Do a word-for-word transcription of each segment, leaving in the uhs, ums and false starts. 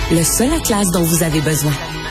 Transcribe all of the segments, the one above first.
le seul atlas dont vous avez besoin.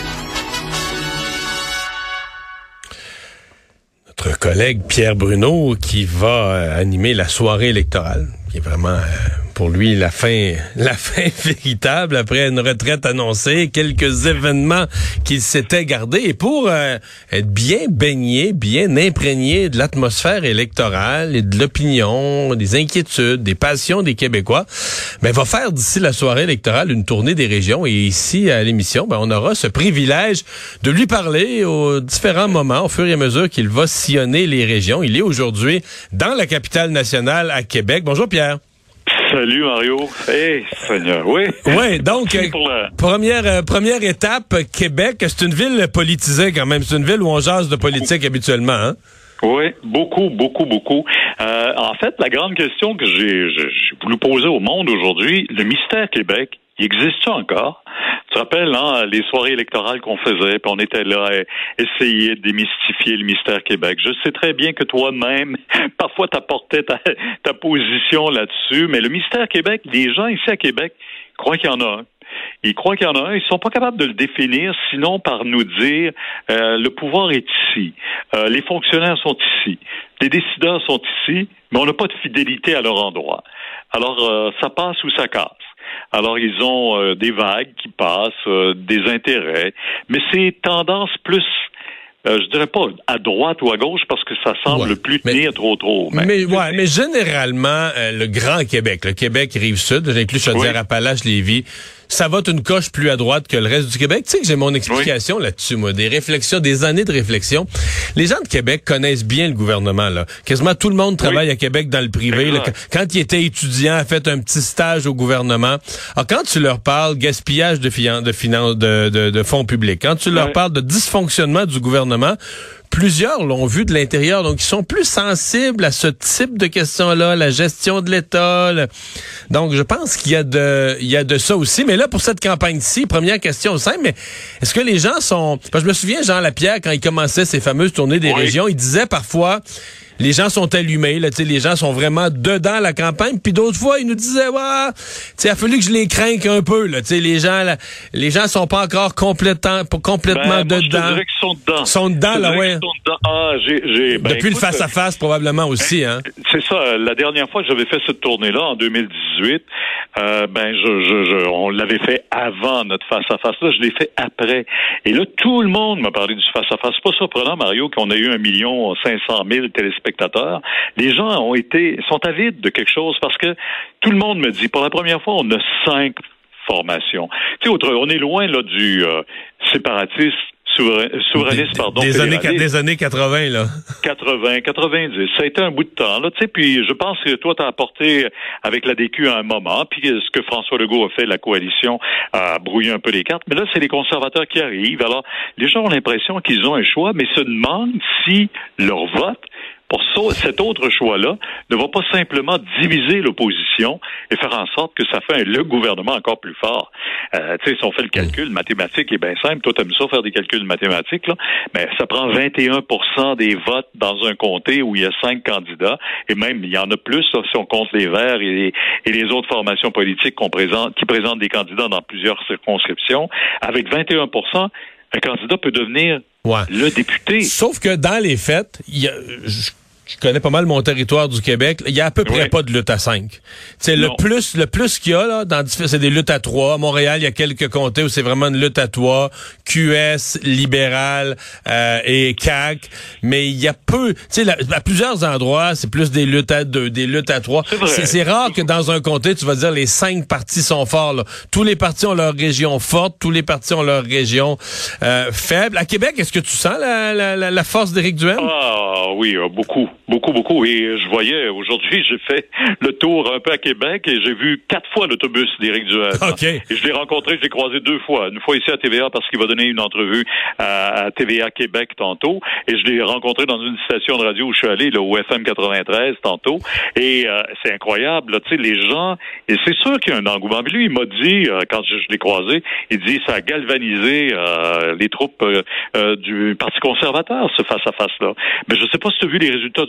Notre collègue Pierre Bruno qui va euh, animer la soirée électorale, qui est vraiment euh, pour lui la fin, la fin véritable après une retraite annoncée, quelques événements qu'il s'était gardés et pour euh, être bien baigné, bien imprégné de l'atmosphère électorale et de l'opinion, des inquiétudes, des passions des Québécois, ben va faire d'ici la soirée électorale une tournée des régions et ici à l'émission, ben on aura ce privilège de lui parler aux différents moments au fur et à mesure qu'il va sillonner les régions. Il est aujourd'hui dans la capitale nationale à Québec. Bonjour Pierre. Salut Mario. Hey, Seigneur, oui. Oui, donc, euh, la... première euh, première étape, Québec, c'est une ville politisée quand même. C'est une ville où on jase de politique habituellement, hein? Oui, beaucoup, beaucoup, beaucoup. Euh, en fait, la grande question que j'ai, j'ai voulu poser au monde aujourd'hui, le mystère Québec, il existe-tu encore? Tu te rappelles, hein, les soirées électorales qu'on faisait, puis on était là à essayer de démystifier le mystère Québec. Je sais très bien que toi-même, parfois t'apportais ta, ta position là-dessus, mais le mystère Québec, les gens ici à Québec croient qu'il y en a un. Ils croient qu'il y en a un, ils sont pas capables de le définir, sinon par nous dire euh, le pouvoir est ici, euh, les fonctionnaires sont ici, les décideurs sont ici, mais on n'a pas de fidélité à leur endroit. Alors, euh, ça passe ou ça casse. Alors, ils ont euh, des vagues qui passent, euh, des intérêts, mais c'est tendance plus, euh, je dirais pas à droite ou à gauche, parce que ça semble ouais, plus tenir mais, trop trop. Mais, mais, ouais, mais généralement, euh, le Grand Québec, le Québec Rive-Sud, j'inclus Chaudière-Appalaches, Lévis, ça vote une coche plus à droite que le reste du Québec. Tu sais que j'ai mon explication oui. là-dessus, moi, des réflexions, des années de réflexion. Les gens de Québec connaissent bien le gouvernement, là. Quasiment tout le monde travaille oui. à Québec dans le privé. Là. Quand il était étudiant, a fait un petit stage au gouvernement. Alors, quand tu leur parles gaspillage de, finan- de, finan- de, de, de fonds publics, quand tu leur oui. parles de dysfonctionnement du gouvernement, plusieurs l'ont vu de l'intérieur, donc ils sont plus sensibles à ce type de questions-là, la gestion de l'État. Le... Donc, je pense qu'il y a de, il y a de ça aussi. Mais là, pour cette campagne-ci, première question simple, mais est-ce que les gens sont... Parce que je me souviens, Jean Lapierre, quand il commençait ses fameuses tournées des oui. régions, il disait parfois... Les gens sont allumés, là, tu sais, les gens sont vraiment dedans la campagne. Puis d'autres fois, ils nous disaient, ouais, tu sais, il a fallu que je les craigne un peu, là, tu sais, les gens, là, les gens sont pas encore complètement, complètement ben, moi, dedans. Je te dirais qu'ils sont dedans. Sont dedans, là, ouais. Ah, j'ai, j'ai, ben, Depuis écoute, le face à face, probablement aussi, hein. C'est ça. La dernière fois que j'avais fait cette tournée-là, en deux mille dix-huit, euh, ben, je, je, je, on l'avait fait avant notre face à face. Là, je l'ai fait après. Et là, tout le monde m'a parlé du face à face. C'est pas surprenant, Mario, qu'on a eu un million cinq cent mille téléspectateurs. Les gens ont été, sont avides de quelque chose parce que tout le monde me dit, pour la première fois, on a cinq formations. Tu sais, on est loin, là, du euh, séparatiste, souverainiste, des, pardon. Des années, des années quatre-vingts, là. quatre-vingts, quatre-vingt-dix. Ça a été un bout de temps, là. Tu sais, puis je pense que toi, t'as apporté avec la D Q à un moment, puis ce que François Legault a fait, la coalition, a brouillé un peu les cartes. Mais là, c'est les conservateurs qui arrivent. Alors, les gens ont l'impression qu'ils ont un choix, mais se demandent si leur vote pour ça, cet autre choix-là ne va pas simplement diviser l'opposition et faire en sorte que ça fait un, le gouvernement encore plus fort. Euh, tu sais, si on fait le calcul mathématique, est bien simple. Toi, t'aimes ça faire des calculs mathématiques, là. Mais ça prend vingt et un pour cent des votes dans un comté où il y a cinq candidats. Et même, il y en a plus, là, si on compte les Verts et les, et les autres formations politiques qu'on présente, qui présentent des candidats dans plusieurs circonscriptions. Avec vingt et un pour cent, un candidat peut devenir ouais. le député. Sauf que dans les faits, il y a... Je... Je connais pas mal mon territoire du Québec. Il y a à peu près oui. pas de lutte à cinq. C'est le plus, le plus qu'il y a là, dans c'est des luttes à trois. À Montréal, il y a quelques comtés où c'est vraiment une lutte à trois. Q S, libéral euh, et C A Q. Mais il y a peu. Tu sais, à plusieurs endroits, c'est plus des luttes à deux, des luttes à trois. C'est, c'est, c'est rare que dans un comté, tu vas dire les cinq partis sont forts. Là. Tous les partis ont leur région forte, tous les partis ont leur région euh, faible. À Québec, est-ce que tu sens la, la, la, la force d'Éric Duhaime? Ah oui, beaucoup. Beaucoup, beaucoup. Et je voyais, aujourd'hui, j'ai fait le tour un peu à Québec et j'ai vu quatre fois l'autobus d'Éric Duhaime. Okay. Et je l'ai rencontré, je l'ai croisé deux fois. Une fois ici à T V A parce qu'il va donner une entrevue à, à T V A Québec tantôt. Et je l'ai rencontré dans une station de radio où je suis allé, là, au F M quatre-vingt-treize tantôt. Et euh, c'est incroyable, là, tu sais, les gens... Et c'est sûr qu'il y a un engouement. Mais lui, il m'a dit, euh, quand je, je l'ai croisé, il dit ça a galvanisé euh, les troupes euh, euh, du Parti conservateur, ce face-à-face-là. Mais je sais pas si tu as vu les résultats du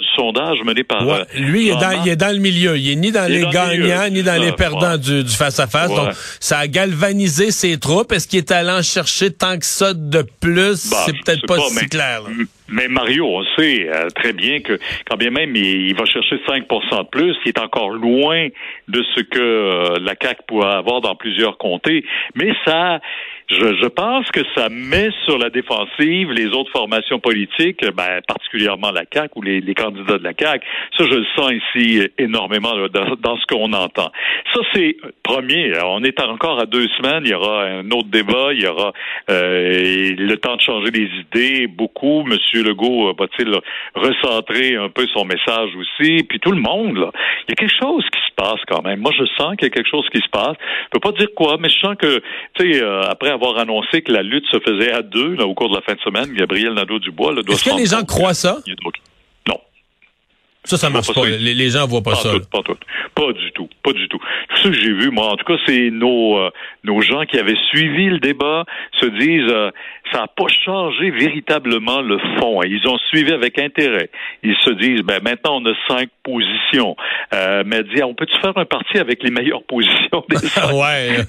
du sondage mené par... Ouais, Euh, lui, il est, dans, il est dans le milieu. Il est ni dans il les dans gagnants, milieu, ni dans ça, les perdants ouais. du, du face-à-face. Ouais. Donc, ça a galvanisé ses troupes. Est-ce qu'il est allé en chercher tant que ça de plus? Bah, c'est peut-être pas, pas si mais, clair. Là. Mais Mario, on sait euh, très bien que quand bien même il, il va chercher cinq pour cent de plus, il est encore loin de ce que euh, la C A Q pourrait avoir dans plusieurs comtés. Mais ça... Je, je pense que ça met sur la défensive les autres formations politiques, ben, particulièrement la C A Q ou les, les candidats de la C A Q. Ça, je le sens ici énormément là, dans, dans ce qu'on entend. Ça, c'est premier. On est encore à deux semaines. Il y aura un autre débat. Il y aura euh, le temps de changer les idées. Beaucoup. Monsieur Legault va-t-il recentrer un peu son message aussi? Puis tout le monde, là. Il y a quelque chose qui se passe quand même. Moi, je sens qu'il y a quelque chose qui se passe. Je peux pas dire quoi, mais je sens que, tu sais, euh, après avoir annoncé que la lutte se faisait à deux là, au cours de la fin de semaine, Gabriel Nadeau-Dubois là, doit Est-ce que les gens croient ça? Non. Ça, ça marche pas. pas. Les, les gens voient pas, pas ça. Tout, pas tout. Pas du tout. Pas du tout. Tout ce que j'ai vu, moi, en tout cas, c'est nos euh, nos gens qui avaient suivi le débat se disent euh, ça n'a pas changé véritablement le fond. Ils ont suivi avec intérêt. Ils se disent ben maintenant on a cinq positions. Euh, mais dit on peut-tu faire un parti avec les meilleures positions des cinq? Ouais.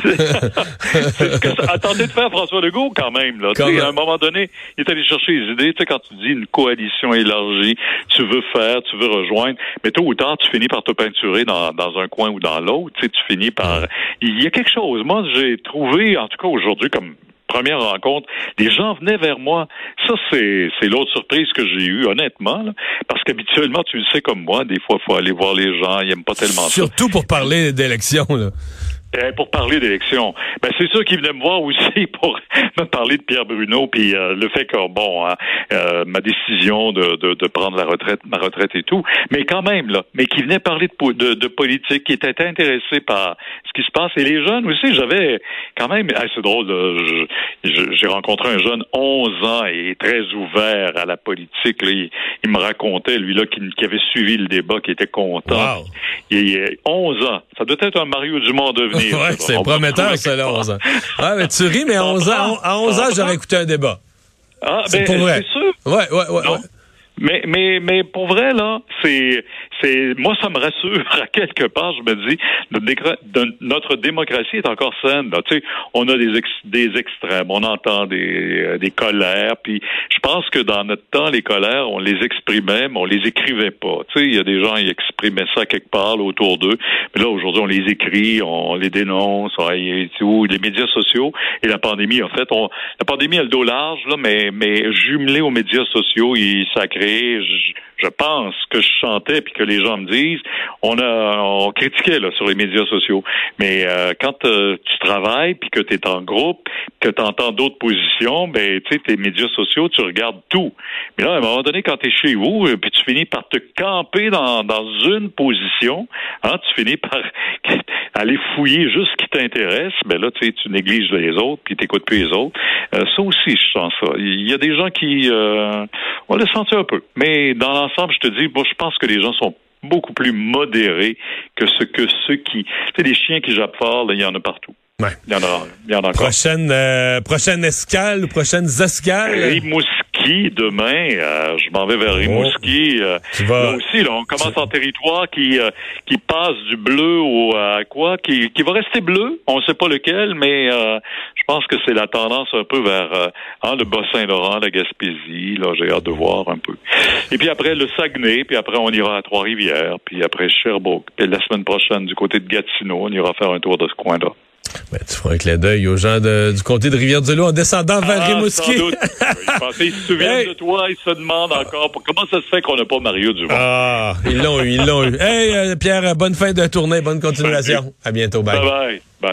C'est ce que ça a tenté de faire François Legault quand même. Là. Quand même. À un moment donné, il est allé chercher les idées. Tu sais, quand tu dis une coalition élargie, tu veux faire, tu veux rejoindre, mais tôt ou tard, tu finis par te peinturer dans, dans un coin ou dans l'autre. Tu sais, tu finis par... Il y a quelque chose. Moi, j'ai trouvé, en tout cas aujourd'hui, comme première rencontre, les gens venaient vers moi. Ça, c'est, c'est l'autre surprise que j'ai eue, honnêtement, là, parce qu'habituellement, tu le sais comme moi, des fois, il faut aller voir les gens, ils n'aiment pas tellement ça. Surtout pour parler d'élections, là. Euh, pour parler d'élections, ben c'est sûr qu'ils venaient me voir aussi pour me parler de Pierre Bruno, puis euh, le fait que bon, hein, euh, ma décision de, de, de prendre la retraite, ma retraite et tout, mais quand même là, mais qui venaient parler de, de, de politique, qui étaient intéressés par ce qui se passe, et les jeunes aussi, j'avais quand même, ah, c'est drôle, je, je, j'ai rencontré un jeune onze ans et très ouvert à la politique, là, il, il me racontait lui là qui, qui avait suivi le débat, qui était content. Wow. Il, il, onze ans, ça doit être un Mario Dumont devenu. Ouais, c'est prometteur, ça, là, onze ans. Ah, mais tu ris, mais à onze ans, à onze ans, j'aurais écouté un débat. Ah, c'est ben, pour vrai. C'est sûr. Ouais, ouais, ouais, ouais. Mais, mais, mais pour vrai, là, c'est, c'est, moi, ça me rassure à quelque part. Je me dis, notre, décra- de, notre démocratie est encore saine. Là. Tu sais, on a des, ex, des extrêmes, on entend des, euh, des colères. Puis, je pense que dans notre temps, les colères, on les exprimait, mais on les écrivait pas. Tu sais, il y a des gens qui exprimaient ça quelque part là, autour d'eux. Mais là, aujourd'hui, on les écrit, on les dénonce, on, et tout, les médias sociaux et la pandémie. En fait, on, la pandémie a le dos large, là, mais, mais jumelé aux médias sociaux, il, ça crée. Je, je pense que je chantais puis que les gens me disent, on a, on critiquait là sur les médias sociaux. Mais euh, quand euh, tu travailles puis que tu es en groupe, que tu entends d'autres positions, ben tu sais tes médias sociaux, tu regardes tout. Mais là à un moment donné, quand tu es chez vous, puis tu finis par te camper dans dans une position, hein, tu finis par aller fouiller juste ce qui t'intéresse. Ben là tu sais tu négliges les autres puis t'écoutes plus les autres. Euh, ça aussi je sens ça. Il y a des gens qui euh, on le sentit un peu. Mais dans l'ensemble, je te dis, moi, je pense que les gens sont beaucoup plus modérés que ce que ceux qui... Tu sais, les chiens qui jappent fort, là, il y en a partout. Ouais. Il y en a, il y en a encore. Prochaine, euh, prochaine escale ou prochaines escales? Rimouski, demain, euh, je m'en vais vers Rimouski. Euh, tu vas... Là aussi, là, on commence en territoire qui euh, qui passe du bleu au à quoi, qui qui va rester bleu. On ne sait pas lequel, mais euh, je pense que c'est la tendance un peu vers euh, hein, le Bas-Saint-Laurent, la Gaspésie. Là, j'ai hâte de voir un peu. Et puis après le Saguenay, puis après on ira à Trois-Rivières, puis après Sherbrooke. Puis la semaine prochaine, du côté de Gatineau, on ira faire un tour de ce coin-là. Ben, tu feras un clin d'œil aux gens de, du comté de Rivière-du-Loup en descendant vers ah, Rimouski. Sans doute. Je pensais qu'ils se souviennent hey. de toi, ils se demandent encore pour, comment ça se fait qu'on n'a pas Mario Dumont. Ah, ils l'ont eu, ils l'ont eu. Hey, euh, Pierre, bonne fin de tournée, bonne continuation. À bientôt, bye. Bye bye. Bye.